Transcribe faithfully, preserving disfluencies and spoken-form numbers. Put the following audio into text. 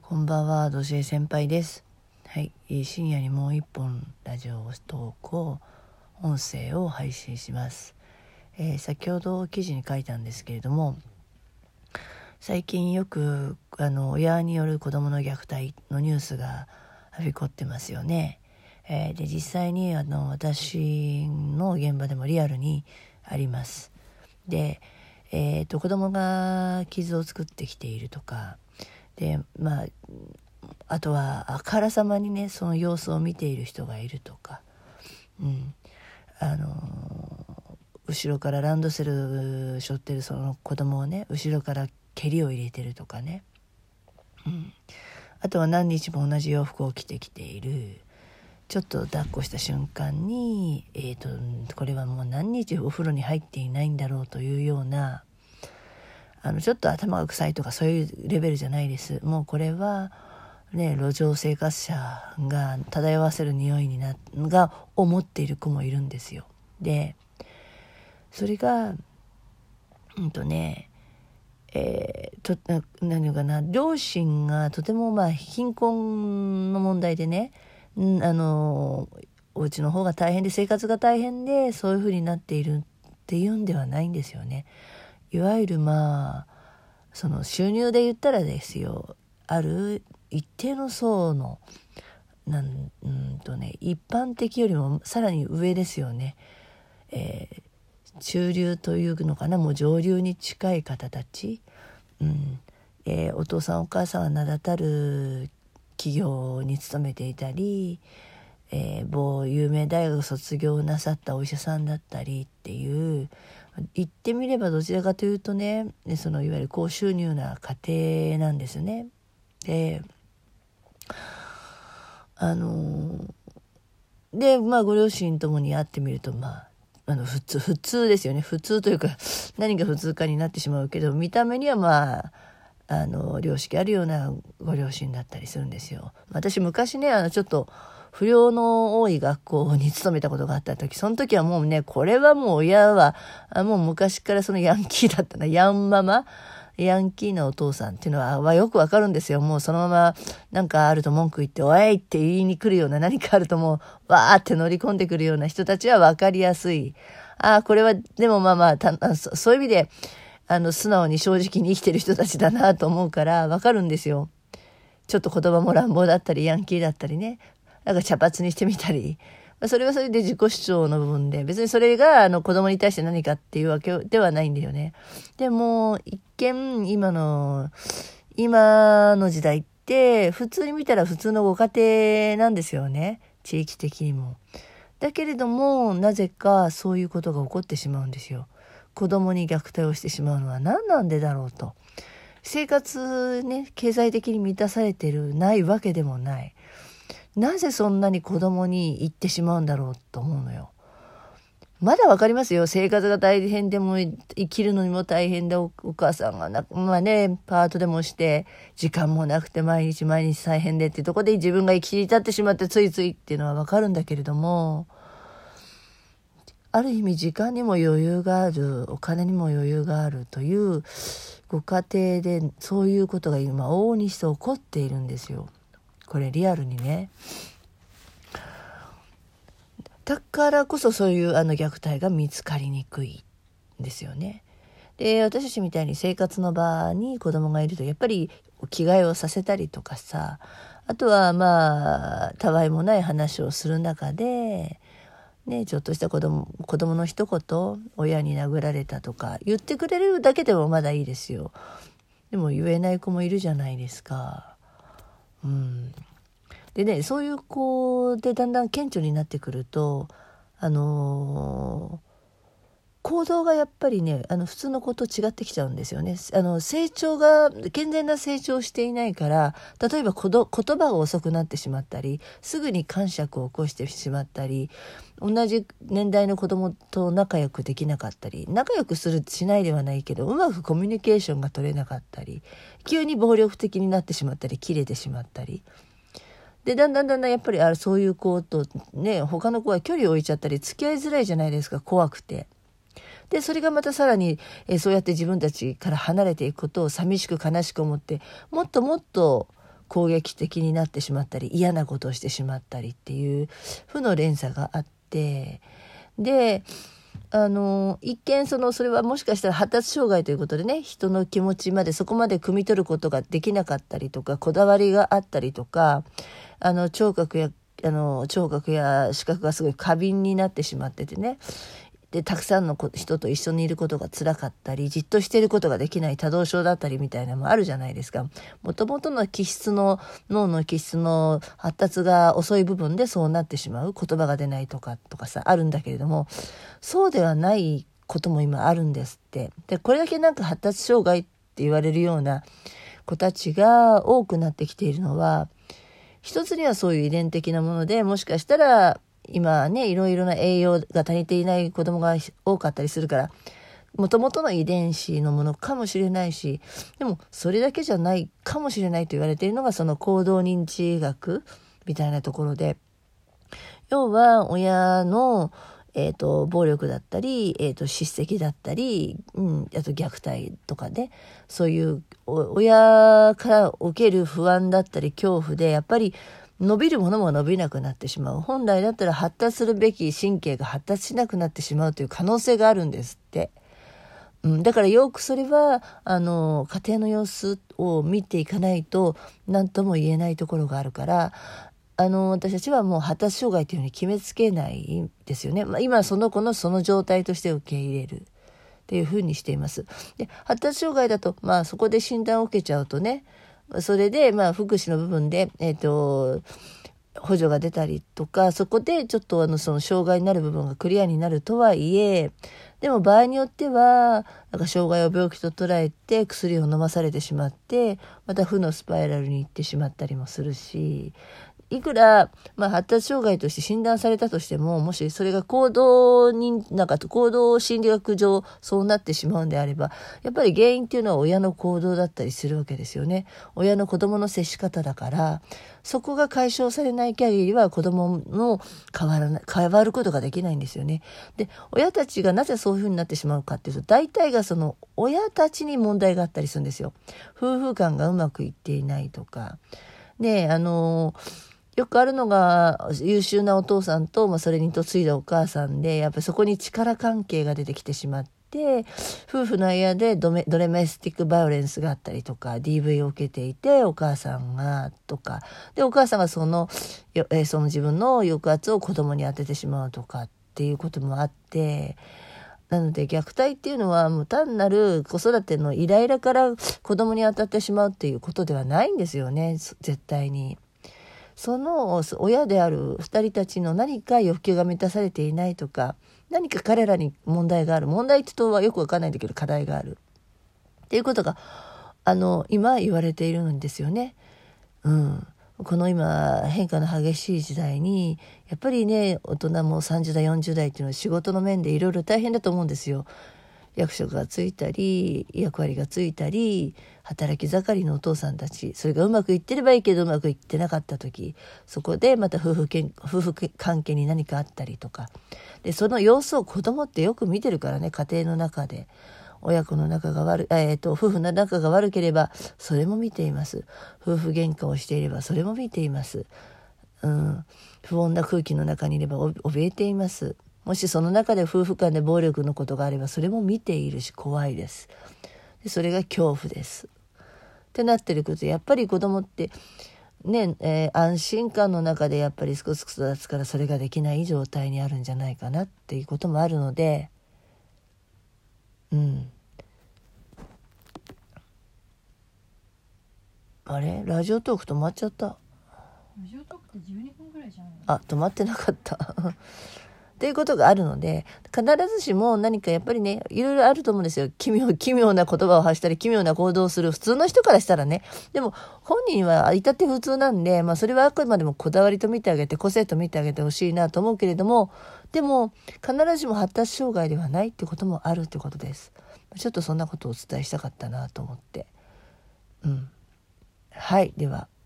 こんばんは、どしえ先輩です。はい、えー深夜にもう一本ラジオ投稿音声を配信します。えー先ほど記事に書いたんですけれども、最近よくあの親による子どもの虐待のニュースがはびこってますよね。えーで実際にあの私の現場でもリアルにあります。で、えー、と子どもが傷を作ってきているとかで、まああとはあからさまにねその様子を見ている人がいるとか、うん、あの後ろからランドセル背負ってるその子供をね後ろから蹴りを入れてるとかね、うん、あとは何日も同じ洋服を着てきている、ちょっと抱っこした瞬間に、えーと、これはもう何日お風呂に入っていないんだろうというような、あのちょっと頭が臭いとかそういうレベルじゃないです。もうこれはね、路上生活者が漂わせる匂いになが思っている子もいるんですよ。でそれがうんとねえー、と何かな両親がとてもまあ貧困の問題でね、んあのお家の方が大変で生活が大変でそういう風になっているっていうんではないんですよね。いわゆるまあその収入で言ったらですよ、ある一定の層のなんうんとね一般的よりもさらに上ですよね。えー中流というのかな、もう上流に近い方たち、うんえー、お父さんお母さんは名だたる企業に勤めていたり、えー、某有名大学卒業なさったお医者さんだったりっていう、言ってみればどちらかというとねそのいわゆる高収入な家庭なんですね。であのー、でまあご両親ともに会ってみるとまああの普通普通ですよね。普通というか何が普通かになってしまうけど、見た目にはまああの良識あるようなご両親だったりするんですよ。私昔ねあのちょっと不良の多い学校に勤めたことがあった時、その時はもうねこれはもう親はあもう昔からそのヤンキーだったな、ヤンママヤンキーなお父さんっていうのは、はよくわかるんですよ。もうそのままなんかあると文句言っておいって言いに来るような、何かあるともうわーって乗り込んでくるような人たちはわかりやすい。ああこれはでもまあまあたそそういう意味であの素直に正直に生きてる人たちだなと思うからわかるんですよ。ちょっと言葉も乱暴だったりヤンキーだったりね、なんか茶髪にしてみたり、それはそれで自己主張の部分で、別にそれがあの子供に対して何かっていうわけではないんだよね。でも一見今の今の時代って普通に見たら普通のご家庭なんですよね、地域的にも。だけれどもなぜかそういうことが起こってしまうんですよ。子供に虐待をしてしまうのは何なんでだろうと。生活ね経済的に満たされてるないわけでもない。なぜそんなに子供に言ってしまうんだろうと思うのよ。まだわかりますよ。生活が大変でも生きるのにも大変で お, お母さんがな、まあね、パートでもして時間もなくて毎日毎日大変でっていうところで自分が生きり立ってしまってついついっていうのはわかるんだけれども、ある意味時間にも余裕がある、お金にも余裕があるというご家庭でそういうことが今往々にして起こっているんですよ。これリアルにね。だからこそそういうあの虐待が見つかりにくいんですよね。で私たちみたいに生活の場に子供がいるとやっぱり着替えをさせたりとかさ、あとはまあたわいもない話をする中でね、ちょっとした子供子供の一言、親に殴られたとか言ってくれるだけでもまだいいですよ。でも言えない子もいるじゃないですか。うんでね、そういう子でだんだん顕著になってくると、あのー、行動がやっぱりねあの普通の子と違ってきちゃうんですよね。あの成長が健全な成長をしていないから、例えばこど言葉が遅くなってしまったり、すぐに癇癪を起こしてしまったり、同じ年代の子供と仲良くできなかったり、仲良くするしないではないけどうまくコミュニケーションが取れなかったり、急に暴力的になってしまったり切れてしまったりで、だんだんだんだんやっぱりあそういう子とね他の子は距離を置いちゃったり付き合いづらいじゃないですか、怖くて。でそれがまたさらに、えそうやって自分たちから離れていくことを寂しく悲しく思って、もっともっと攻撃的になってしまったり嫌なことをしてしまったりっていう負の連鎖があって、であの一見そのそれはもしかしたら発達障害ということでね、人の気持ちまでそこまで汲み取ることができなかったりとか、こだわりがあったりとか、あの聴覚やあの聴覚や視覚がすごい過敏になってしまっててね、でたくさんの人と一緒にいることが辛かったり、じっとしていることができない多動症だったりみたいなのもあるじゃないですか。もともとの気質の脳の気質の発達が遅い部分でそうなってしまう、言葉が出ないとかとかさあるんだけれども、そうではないことも今あるんですって。でこれだけなんか発達障害って言われるような子たちが多くなってきているのは、一つにはそういう遺伝的なもので、もしかしたら今ねいろいろな栄養が足りていない子どもが多かったりするから、もともとの遺伝子のものかもしれないし、でもそれだけじゃないかもしれないと言われているのがその行動認知学みたいなところで、要は親のえーと、暴力だったり、えーと、叱責だったり、うん、あと虐待とかね、そういう親から受ける不安だったり恐怖でやっぱり伸びるものも伸びなくなってしまう。本来だったら発達するべき神経が発達しなくなってしまうという可能性があるんですって。うん、だからよくそれはあの家庭の様子を見ていかないと何とも言えないところがあるから、あの私たちはもう発達障害というふうに決めつけないんですよね。まあ、今その子のその状態として受け入れるっていうふうにしています。で発達障害だと、まあ、そこで診断を受けちゃうとね、それでまあ福祉の部分で、えーと、補助が出たりとか、そこでちょっとあのその障害になる部分がクリアになるとはいえ、でも場合によってはなんか障害を病気と捉えて薬を飲まされてしまって、また負のスパイラルに行ってしまったりもするし、いくら、まあ、発達障害として診断されたとしても、もしそれが行動になんか行動心理学上そうなってしまうんであれば、やっぱり原因っていうのは親の行動だったりするわけですよね。親の子供の接し方だから、そこが解消されない限りは子供の変わらない変わることができないんですよね。で親たちがなぜそういうふうになってしまうかっていうと、大体がその親たちに問題があったりするんですよ。夫婦間がうまくいっていないとかで、あのよくあるのが優秀なお父さんと、まあ、それに嫁いだお母さんで、やっぱりそこに力関係が出てきてしまって、夫婦の間でドメ、ドレメスティックバイオレンスがあったりとか ディーブイ を受けていて、お母さんがとかで、お母さんがその、えその自分の抑圧を子供に当ててしまうとかっていうこともあって、なので虐待っていうのはもう単なる子育てのイライラから子供に当たってしまうっていうことではないんですよね、絶対に。その親である二人たちの何か欲求が満たされていないとか、何か彼らに問題がある、問題ってとはよくわかんないんだけど課題があるっていうことがあの今言われているんですよね。うん、この今変化の激しい時代にやっぱりね、大人もさんじゅう代よんじゅう代っていうのは仕事の面でいろいろ大変だと思うんですよ。役職がついたり役割がついたり、働き盛りのお父さんたち、それがうまくいってればいいけどうまくいってなかった時、そこでまた夫婦けん夫婦関係に何かあったりとかで、その様子を子供ってよく見てるからね。家庭の中で親子の仲が悪い、えーと、夫婦の仲が悪ければそれも見ています。夫婦喧嘩をしていればそれも見ています。うん、不穏な空気の中にいれば怯えています。もしその中で夫婦間で暴力のことがあればそれも見ているし怖いです。でそれが恐怖ですってなってることで、やっぱり子供ってね、えー、安心感の中でやっぱり少し育つから、それができない状態にあるんじゃないかなっていうこともあるので、うんあれラジオトーク止まっちゃった。 ラジオトークってじゅうにふんぐらいじゃないの？ あ、止まってなかったっていうことがあるので、必ずしも何かやっぱりね、いろいろあると思うんですよ。奇妙、奇妙な言葉を発したり、奇妙な行動をする普通の人からしたらね。でも本人は至って普通なんで、まあそれはあくまでもこだわりと見てあげて、個性と見てあげてほしいなと思うけれども、でも必ずしも発達障害ではないってこともあるってことです。ちょっとそんなことをお伝えしたかったなと思って。うん。はい、では。